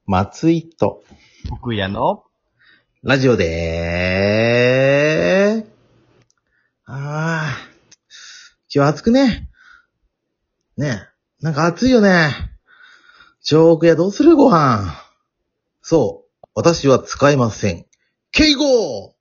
松井と、 福屋のラジオで今日暑くね。ねえ、なんか暑いよね。上空やどうするご飯。そう、私は使いません。敬語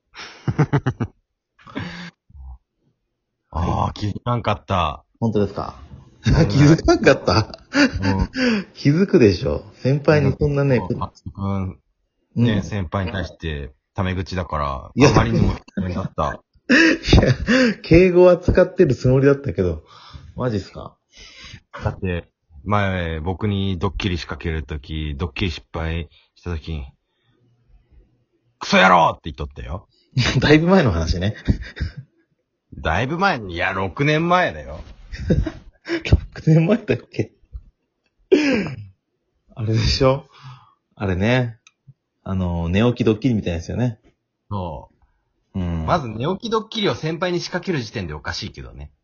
気づかんかった。 本当ですか？ そんな気づかんかった。 うん。 気づくでしょ。先輩にそんなね、 松井くん、 うん。 ね、先輩に対してタメ口だから、 いやあまりにもダメだった。 いや、敬語は使ってるつもりだったけど、マジっすか？ だって、前、僕にドッキリ仕掛けるとき、ドッキリ失敗したとき、クソ野郎って言っとったよ。 だいぶ前の話ね。 だいぶ前に、いや、6年前だよ。 6年前だっけ？あれでしょ？あれね。寝起きドッキリみたいですよね。 そうう。 ん。 まず寝起きドッキリを先輩に仕掛ける時点でおかしいけどね。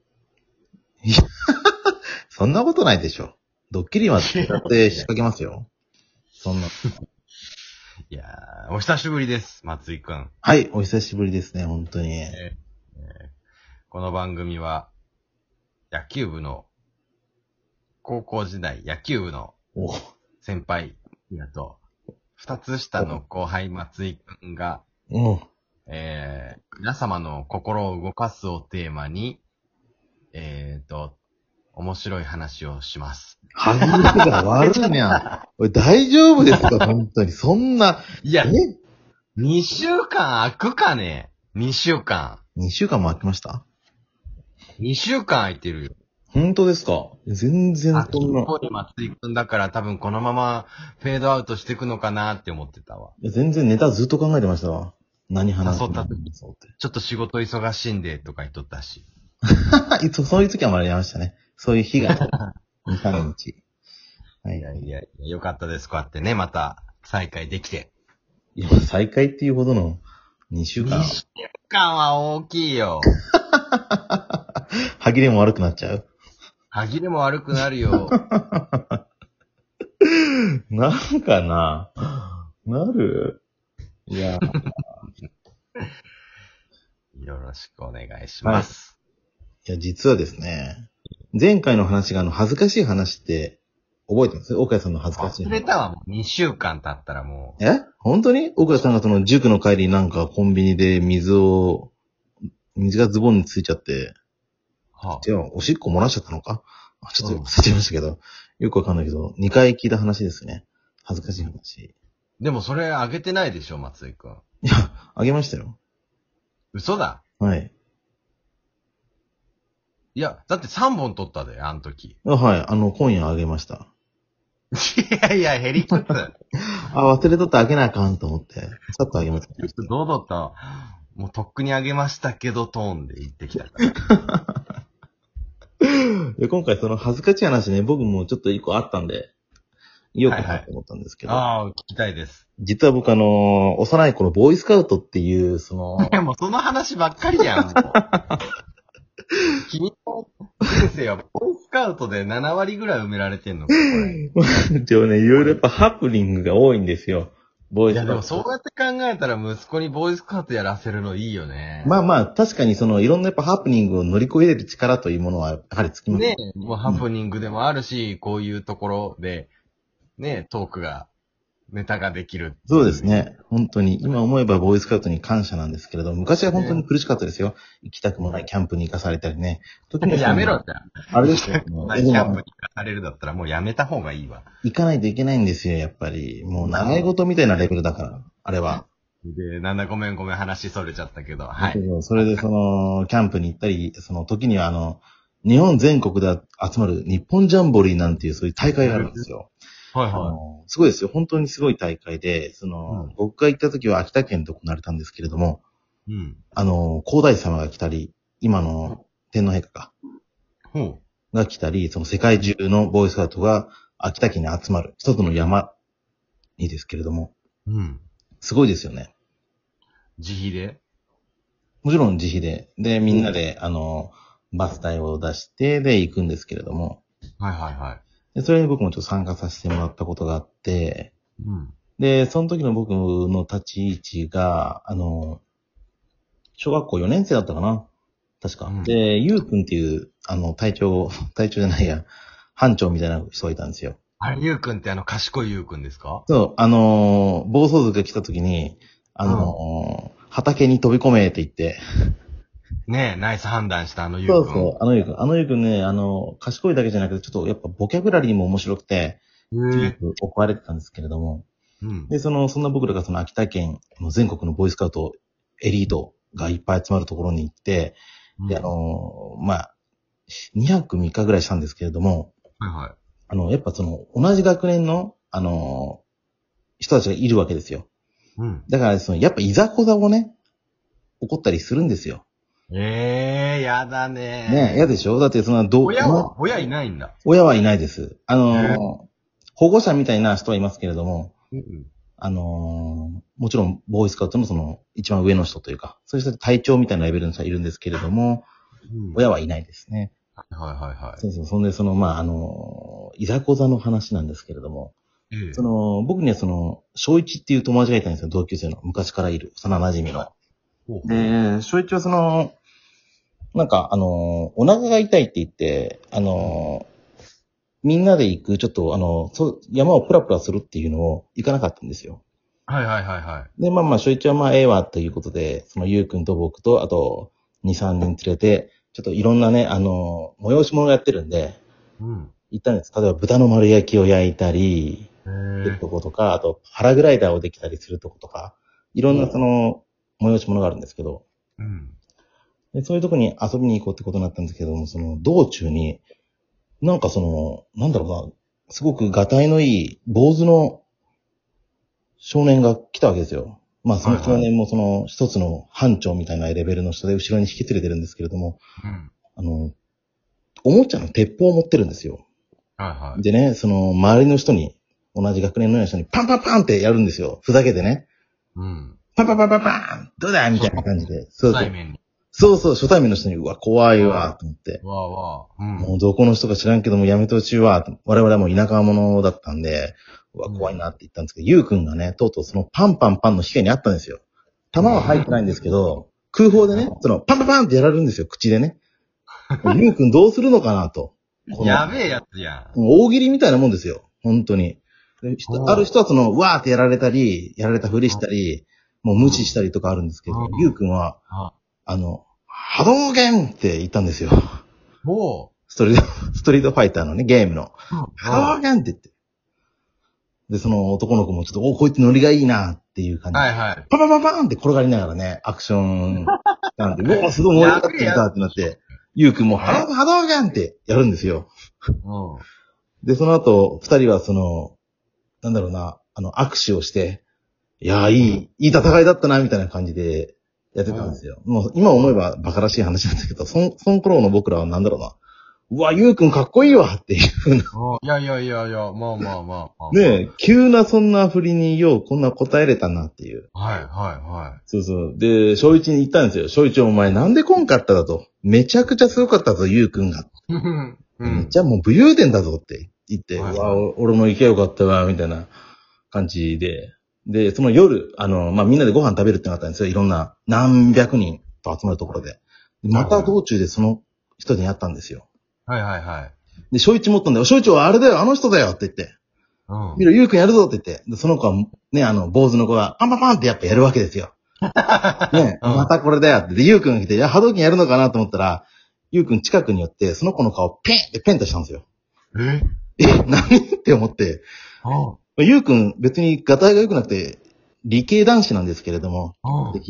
そんなことないでしょ。ドッキリは使って仕掛けますよ。そんな。 いやー、お久しぶりです、松井くん。 はい、お久しぶりですね、本当に。 この番組は、野球部の、高校時代野球部のお、 先輩、と、二つ下の後輩松井くんが、 うん。 皆様の心を動かすをテーマに、面白い話をします。 歯切れが悪いねん。おい、大丈夫ですか？本当に。そんな。 いや、 え 2週間空くかね ?2 週間。 2週間も空きました？ 2週間空いてるよ。 本当ですか？全然そんな。 秋っぽい松井くんだから多分このままフェードアウトしていくのかなって思ってたわ。 いや全然ネタずっと考えてましたわ。何話す誘った時そうって。 ちょっと仕事忙しいんでとか言っとったし。 そういう時はまだやりましたね。そういう日が2、3日。はいい。やいやいや、よかったです。こうやってね、また再会できて。 いや、再開っていうほどの2週間。 2週間は大きいよ。 歯切れも悪くなっちゃう。 歯切れも悪くなるよ。 なんかなるいや、 よろしくお願いします。 いや、実はですね、前回の話が恥ずかしい話って覚えてます？岡谷さんの恥ずかしい話。 忘れたわ、もう2週間経ったらもう。 本当に岡谷さんがその塾の帰りなんかコンビニで水がズボンについちゃって、 はじゃあおしっこ漏らしちゃったのか？ちょっと忘れちゃいましたけど、よくわかんないけど、2回聞いた話ですね。恥ずかしい話。 でもそれあげてないでしょ、松井くん。 いや、あげましたよ。 嘘だ。 はい。 いや、だって3本取ったで、あの時。 はい、今夜あげました。 いやいや、ヘリクツ。 忘れとってあげなあかんと思って、さっとあげました。 どうだったもうとっくにあげましたけど、トーンで言ってきたから。 で今回その恥ずかしい話ね、僕もちょっと一個あったんで、言おうかなと思ったんですけど、 ああ、聞きたいです。 実は僕幼い頃ボーイスカウトっていう、 いや、もうその話ばっかりやん、もう。君の人生はボーイスカウトで7割ぐらい埋められてんのか、これ。 一応ね、いろいろやっぱハプニングが多いんですよ。ボーイいや、 スカウト。 でもそうやって考えたら息子にボーイスカウトやらせるのいいよね。 まあまあ、確かにいろんなやっぱハプニングを乗り越えれる力というものはやはりつきます。 ねえ、もうハプニングでもあるし、こういうところで、ねえ、トークが、ネタができる。 そうですね。本当に。今思えばボーイスカウトに感謝なんですけれども、昔は本当に苦しかったですよ。行きたくもないキャンプに行かされたりね。時にはやめろじゃん。 あれですよ。 キャンプに行かされるだったらもうやめた方がいいわ。 行かないといけないんですよ、やっぱり。もう習い事みたいなレベルだから、あれは。 で、なんだごめん話それちゃったけど、はい。 それでキャンプに行ったり、その時には日本全国で集まる日本ジャンボリーなんていうそういう大会があるんですよ。 はいはすごいですよ。本当にすごい大会で、僕が行った時は秋田県で行われたんですけれども、 い。うん。 皇太子様が来たり、今の天皇陛下かほが来たり、その世界中のボーイスカウトが秋田県に集まる一つの山にですけれども、 う。うん。 すごいですよね。 自費でもちろん自費で、で、みんなで、バス代を出して、で、行くんですけれども、 はいはいはい。 で、それに僕もちょっと参加させてもらったことがあって、 うん。 で、その時の僕の立ち位置が、小学校4年生だったかな確か。 うん、 で、ゆうくんっていう、隊長じゃないや、班長みたいな人がいたんですよ。 あれ、ゆうくんって賢いゆうくんですか？ そう、暴走族が来た時に、畑に飛び込めって言って、 ねえ、ナイス判断したゆうくん。 そうそう、ゆうくんね、賢いだけじゃなくて、ちょっとやっぱボキャブラリーも面白くて、すへえ。 ごく怒られてたんですけれども、 うん。 で、そんな僕らがその秋田県の全国のボーイスカウトエリートがいっぱい集まるところに行って、で、 うん。 まあ、2泊3日ぐらいしたんですけれども、 はいはい。 やっぱ同じ学年の、人たちがいるわけですよ。 うん。 だから、やっぱいざこざをね、起こったりするんですよ。 やだねえ、 ね嫌でしょだって、 親いないんだ。 親はいないです。 へえ。 保護者みたいな人はいますけれども、 うん。 もちろん、ボーイスカウトの一番上の人というか、そういう人隊長みたいなレベルの人はいるんですけれども、 うん。 親はいないですね。 はいはいはい。 そうそう、そんで、いざこざの話なんですけれども、 ええ。 僕には小一っていう友達がいたんですよ、同級生の、昔からいる、幼馴染の。 ほうほう。 で、小一はお腹が痛いって言って、みんなで行く、ちょっと、山をプラプラするっていうのを行かなかったんですよ。 はいはいはいはい。 で、小一はええわ、ということで、ゆうくんと僕と、あと、2、3人連れて、ちょっといろんなね、催し物やってるんで、 うん。 行ったんです。例えば豚の丸焼きを焼いたり、 へするえ。 とことか、あと、パラグライダーをできたりするとことか、いろんな催し物があるんですけど、 うん。 でそういうとこに遊びに行こうってことになったんですけども、道中に、なんかなんだろうな、すごくガタイのいい、坊主の少年が来たわけですよ。まあ、その少年も一つの班長みたいなレベルの人で後ろに引き連れてるんですけれども、 うん。 あの、おもちゃの鉄砲を持ってるんですよ。 はいはい。 でね、周りの人に、同じ学年のような人にパンパンパンってやるんですよ。ふざけてね。 うん。 パンパンパンパンパンどうだみたいな感じで。そうそう。 対面に。 そうそう、初対面の人に、うわ、怖いわ、と思って。 わあわあ。うん。 もうどこの人か知らんけどもやめてほしいわ、と我々はもう田舎者だったんで、うわ、怖いなって言ったんですけど、ゆうくんがね、とうとうそのパンパンパンの被害にあったんですよ。弾は入ってないんですけど、空砲でね、パンパンパンってやられるんですよ、口でね。ゆうくんどうするのかなと。 やべえやつやん。 大喜利みたいなもんですよ。本当に。である人はうわーってやられたり、やられたふりしたり、もう無視したりとかあるんですけど、ゆうくんは、波動拳って言ったんですよ。 もストリートファイターのね、ゲームの。波動拳って言って。で、その男の子もちょっと、こいつノリがいいなっていう感じで。 はいはい。 パパパパーンって転がりながらね、アクションなんで、うわ、すごい盛り上がってんだってなって、ゆうくんも波動拳ってやるんですよ。 うん。 で、その後、二人はなんだろうな、握手をして、いやー、いい戦いだったな、みたいな感じでやってたんですよ。もう、今思えば馬鹿らしい話なんですけど、その頃の僕らはなんだろうな。うわ、ゆうくんかっこいいわっていう風な。 いやいやいやいや、まあまあまあ。 ねえ、急なそんな振りにようこんな答えれたなっていう。 はいはいはそうそう。で、小一に言ったんですよ。小一お前なんで来んかっただと。めちゃくちゃすごかったぞ、ゆうくんが。 い。うん。 じゃあもう武勇伝だぞって言って、 はいうわ、俺も行けよかったわ、みたいな感じで。で、その夜、みんなでご飯食べるってなったんですよ。いろんな何百人と集まるところで。でまた道中でその人に会ったんですよ。 はいはいはい。 で、小一持ったんだよ。小一はあれだよ、あの人だよって言って。 うん。 見ろ、ゆうくんやるぞって言って。で、その子は、ね、坊主の子が、パンパンパンってやっぱやるわけですよ。ね、またこれだよって。で、ゆうくんが来て、いや、波動拳やるのかなと思ったら、ゆうくん近くに寄って、その子の顔をペンってペンとしたんですよ。何って思って。ゆうくん別にガタイが良くなくて、理系男子なんですけれども、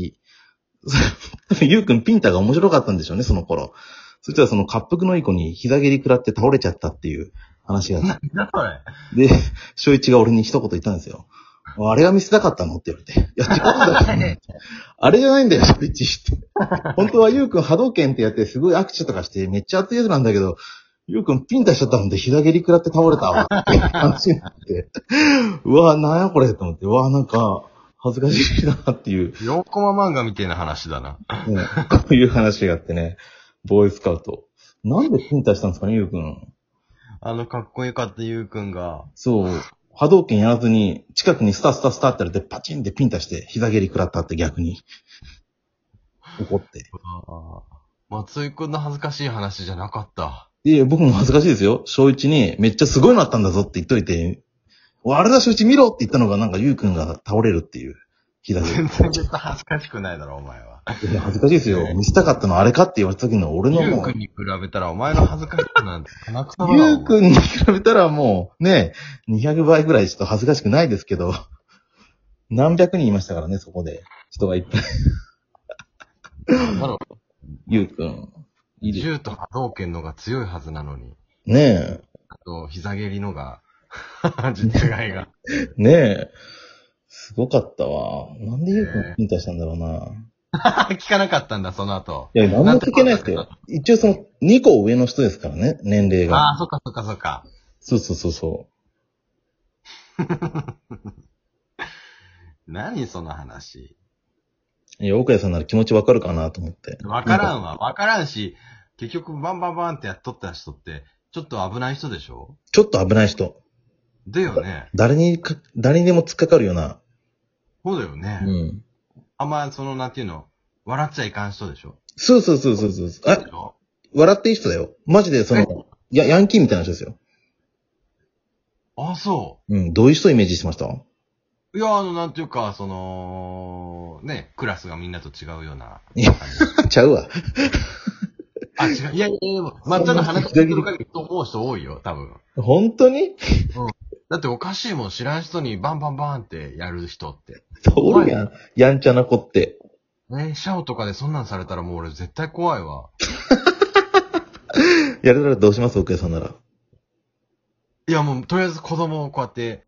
ゆうくんピンタが面白かったんでしょうね、その頃。そしたらその滑腹のいい子に膝蹴り食らって倒れちゃったっていう話があって。 なんだそれ。 で、小一が俺に一言言ったんですよ。あれが見せたかったのって言われて。いや、違うんだよ。あれじゃないんだよ、小一って。本当はゆうくん波動拳ってやってすごい握手とかしてめっちゃ熱いやつなんだけど、ゆうくんピンタしちゃったもんで膝蹴り食らって倒れたわって話になって。うわ、なんやこれと思って、うわ、なんか恥ずかしいなっていう。 4コマ漫画みたいな話だな。 ね、こういう話があってね、ボーイスカウト。なんでピンタしたんですかね、ゆうくん。 かっこよかったゆうくんが。 そう。波動拳やらずに、近くにスタってやられて、パチンってピンタして、膝蹴り食らったって逆に。怒って。 松井くんの恥ずかしい話じゃなかった。 いや、僕も恥ずかしいですよ。小一に、めっちゃすごいのあったんだぞって言っといて、あれだ小一見ろって言ったのがなんかゆうくんが倒れるっていう。膝蹴り。 全然絶対恥ずかしくないだろ、お前は。 いや、恥ずかしいですよ。見せたかったのあれかって言われた時の俺のゆもう。 うくんに比べたらお前の恥ずかしくなんて鼻くそだろ。 ゆうくんに比べたらもう、ね、200倍ぐらいちょっと恥ずかしくないですけど、何百人いましたからね、そこで。人がいっぱい。 なんだろう。 ゆうくん。いいです。 銃と波動拳のが強いはずなのに。 ねえ。 あと、膝蹴りのが、実害が。 ねえ。すごかったわ。なんでゆうくんピンタしたんだろうな。 聞かなかったんだ、その後。 いや、何も聞けないですよ。一応その、2個上の人ですからね、年齢が。 ああ、そっかそっかそっか。 そうそうそうそ何その話。 う。いや、奥谷さんなら気持ちわかるかなと思って。 わからんわ。わからんし、結局バンバンバンってやっとった人って、ちょっと危ない人でしょ？ ちょっと危ない人。 だよね。 誰にでも突っかかるような。 そうだよね。 うん。 あんま、なんていうの、笑っちゃいかん人でしょ？ そうそうそうそうそう。あ、笑っていい人だよ。マジでヤンキーみたいな人ですよ。 あ、そうん。どういう人イメージしてました？ う。いや、なんていうか、ね、クラスがみんなと違うような。 いや、ちゃうわ。 あ、違う。いやいや、でも、抹茶の話聞いてる限りと思う人多いよ、多分。 本当に？ だっておかしいもん、知らん人にバンバンバンってやる人って。 おるやん。やんちゃな子って。 シャオとかでそんなんされたらもう俺絶対怖いわ。 やれたらどうします奥谷さんなら。 いやもう、とりあえず子供をこうやって、